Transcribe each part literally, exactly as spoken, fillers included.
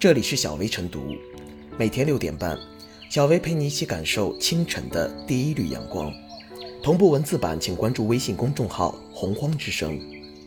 这里是小薇晨读，每天六点半，小薇陪你一起感受清晨的第一缕阳光。同步文字版请关注微信公众号洪荒之声。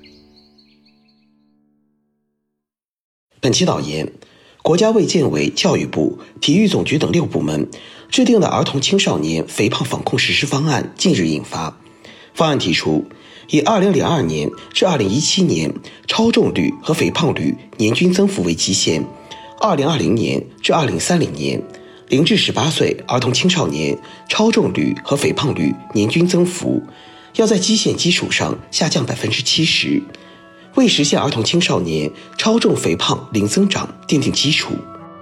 本期导言：国家卫健委、教育部、体育总局等六部门制定的儿童青少年肥胖防控实施方案近日印发。方案提出，以二零零二年至二零一七年超重率和肥胖率年均增幅为基线，二零二零年至二零三零年零至十八岁儿童青少年超重率和肥胖率年均增幅要在基线基础上下降百分之七十，为实现儿童青少年超重肥胖零增长奠定基础。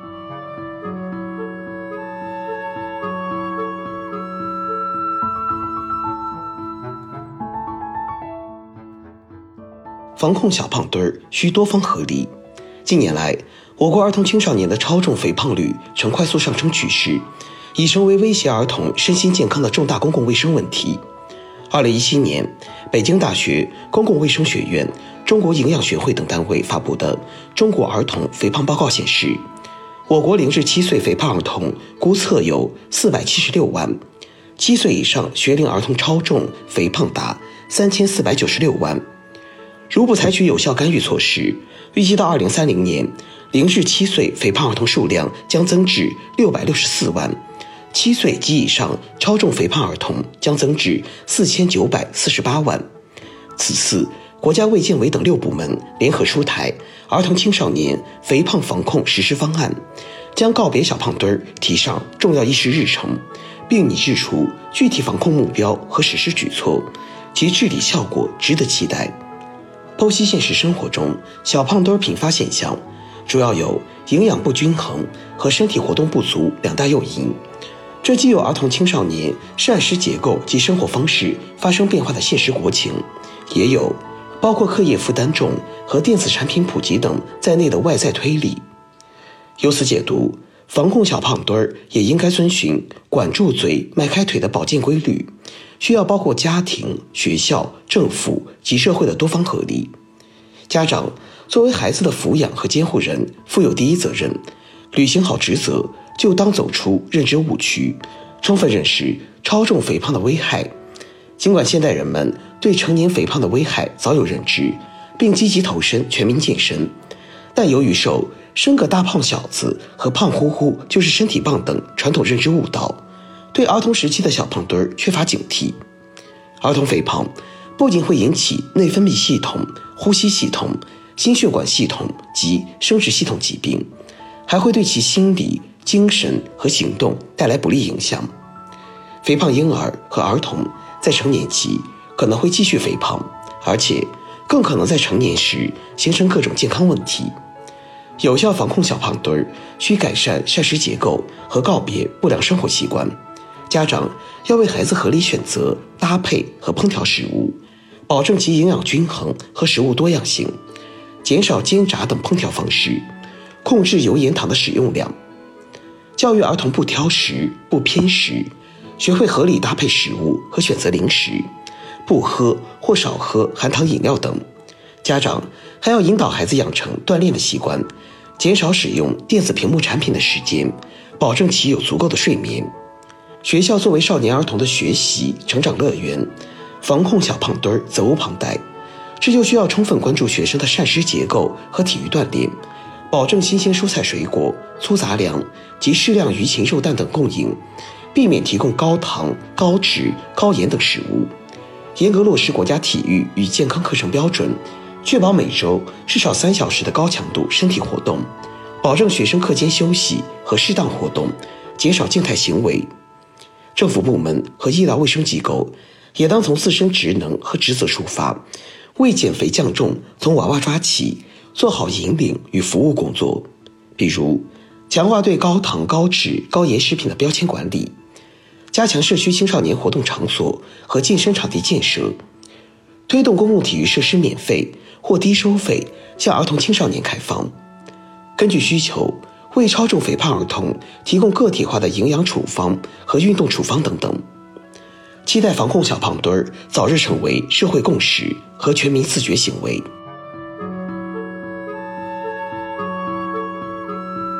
防控小胖墩儿需多方合力。近年来，我国儿童青少年的超重肥胖率呈快速上升趋势，已成为威胁儿童身心健康的重大公共卫生问题。二零一七年，北京大学公共卫生学院、中国营养学会等单位发布的《中国儿童肥胖报告》显示，我国零至七岁肥胖儿童估测有四百七十六万，七岁以上学龄儿童超重肥胖达三千四百九十六万。如不采取有效干预措施，预计到二零三零年，零至七岁肥胖儿童数量将增至六百六十四万，七岁及以上超重肥胖儿童将增至四千九百四十八万。此次，国家卫健委等六部门联合出台《儿童青少年肥胖防控实施方案》，将告别小胖墩儿提上重要议事日程，并拟制出具体防控目标和实施举措，其治理效果值得期待。剖析现实生活中小胖墩儿频发现象，主要有营养不均衡和身体活动不足两大诱因。这既有儿童青少年膳食结构及生活方式发生变化的现实国情，也有包括课业负担重和电子产品普及等在内的外在推力。由此解读，防控小胖墩儿也应该遵循管住嘴迈开腿的保健规律，需要包括家庭、学校、政府及社会的多方合力。家长作为孩子的抚养和监护人，负有第一责任，履行好职责，就当走出认知误区，充分认识超重肥胖的危害。尽管现代人们对成年肥胖的危害早有认知，并积极投身全民健身，但由于受生个大胖小子和胖乎乎就是身体棒等传统认知误导，对儿童时期的小胖墩儿缺乏警惕。儿童肥胖不仅会引起内分泌系统、呼吸系统、心血管系统及生殖系统疾病，还会对其心理、精神和行动带来不利影响。肥胖婴儿和儿童在成年期可能会继续肥胖，而且更可能在成年时形成各种健康问题。有效防控小胖墩儿，需改善膳食结构和告别不良生活习惯。家长要为孩子合理选择、搭配和烹调食物，保证其营养均衡和食物多样性，减少煎炸等烹调方式，控制油盐糖的使用量。教育儿童不挑食、不偏食，学会合理搭配食物和选择零食，不喝或少喝含糖饮料等。家长还要引导孩子养成锻炼的习惯，减少使用电子屏幕产品的时间，保证其有足够的睡眠。学校作为少年儿童的学习成长乐园，防控小胖墩儿责无旁贷。这就需要充分关注学生的膳食结构和体育锻炼，保证新鲜蔬菜水果、粗杂粮及适量鱼禽肉蛋等供应，避免提供高糖、高脂、高盐等食物。严格落实国家体育与健康课程标准，确保每周至少三小时的高强度身体活动，保证学生课间休息和适当活动，减少静态行为。政府部门和医疗卫生机构也当从自身职能和职责出发，为减肥降重从娃娃抓起，做好引领与服务工作。比如，强化对高糖、高脂、高盐食品的标签管理，加强社区青少年活动场所和健身场地建设，推动公共体育设施免费或低收费向儿童青少年开放。根据需求，为超重肥胖儿童提供个体化的营养处方和运动处方等等。期待防控小胖墩儿早日成为社会共识和全民自觉行为。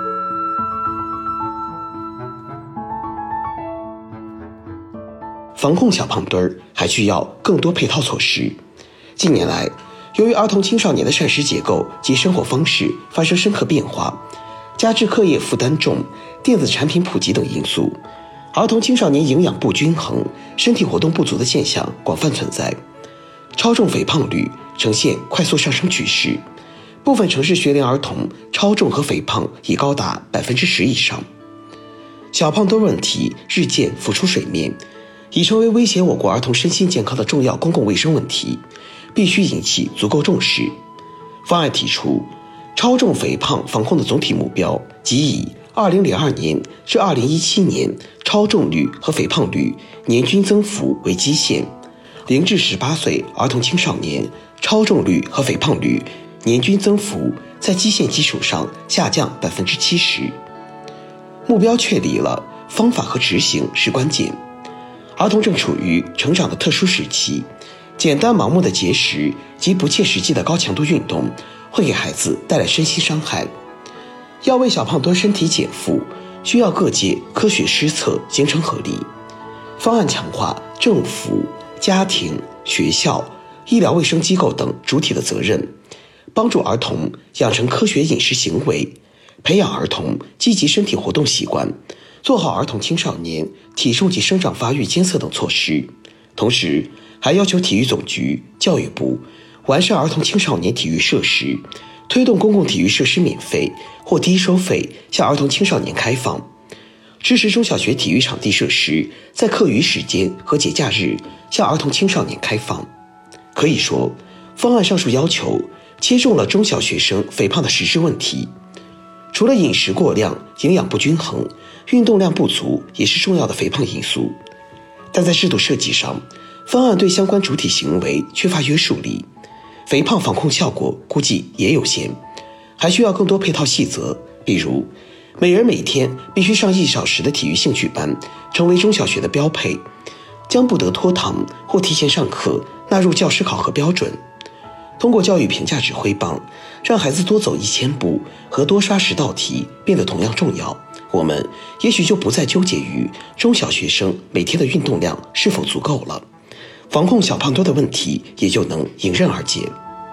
防控小胖墩儿还需要更多配套措施。近年来，由于儿童青少年的膳食结构及生活方式发生深刻变化，加之课业负担重、电子产品普及等因素，儿童青少年营养不均衡、身体活动不足的现象广泛存在，超重肥胖率呈现快速上升趋势。部分城市学龄儿童超重和肥胖已高达百分之十以上。小胖墩问题日渐浮出水面，已成为威胁我国儿童身心健康的重要公共卫生问题，必须引起足够重视。方案提出，超重肥胖防控的总体目标，即以二零零二年至二零一七年超重率和肥胖率年均增幅为基线，零至十八岁儿童青少年超重率和肥胖率年均增幅在基线基础上下降百分之七十。目标确立了，方法和执行是关键。儿童正处于成长的特殊时期，简单盲目的节食及不切实际的高强度运动会给孩子带来身心伤害。要为小胖墩身体减负，需要各界科学施策形成合力。方案强化政府、家庭、学校、医疗卫生机构等主体的责任，帮助儿童养成科学饮食行为，培养儿童积极身体活动习惯，做好儿童青少年体重及生长发育监测等措施。同时还要求体育总局、教育部完善儿童青少年体育设施，推动公共体育设施免费或低收费向儿童青少年开放，支持中小学体育场地设施在课余时间和节假日向儿童青少年开放。可以说，方案上述要求切中了中小学生肥胖的实质问题。除了饮食过量、营养不均衡，运动量不足也是重要的肥胖因素。但在制度设计上，方案对相关主体行为缺乏约束力，肥胖防控效果估计也有限，还需要更多配套细则，比如每人每天必须上一小时的体育兴趣班，成为中小学的标配，将不得脱堂或提前上课纳入教师考核标准。通过教育评价指挥棒，让孩子多走一千步和多刷十道题变得同样重要，我们也许就不再纠结于中小学生每天的运动量是否足够了，防控小胖墩的问题也就能迎刃而解。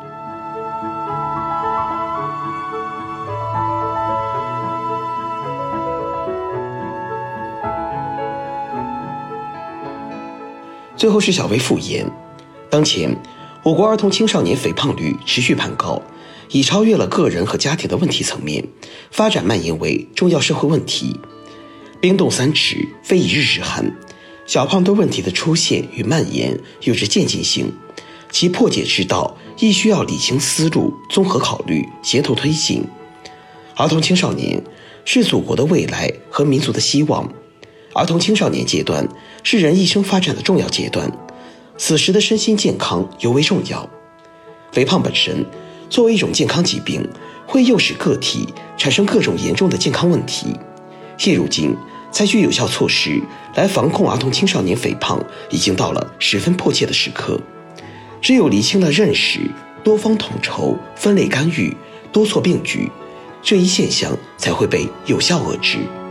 最后是小微复言，当前我国儿童青少年肥胖率持续攀高，已超越了个人和家庭的问题层面，发展蔓延为重要社会问题。冰冻三尺，非一日之寒，小胖墩问题的出现与蔓延有着渐进性，其破解之道亦需要理清思路，综合考虑，协同推进。儿童青少年是祖国的未来和民族的希望，儿童青少年阶段是人一生发展的重要阶段，此时的身心健康尤为重要。肥胖本身作为一种健康疾病，会诱使个体产生各种严重的健康问题。现如今，采取有效措施来防控儿童青少年肥胖，已经到了十分迫切的时刻。只有厘清了认识、多方统筹、分类干预、多措并举，这一现象才会被有效遏制。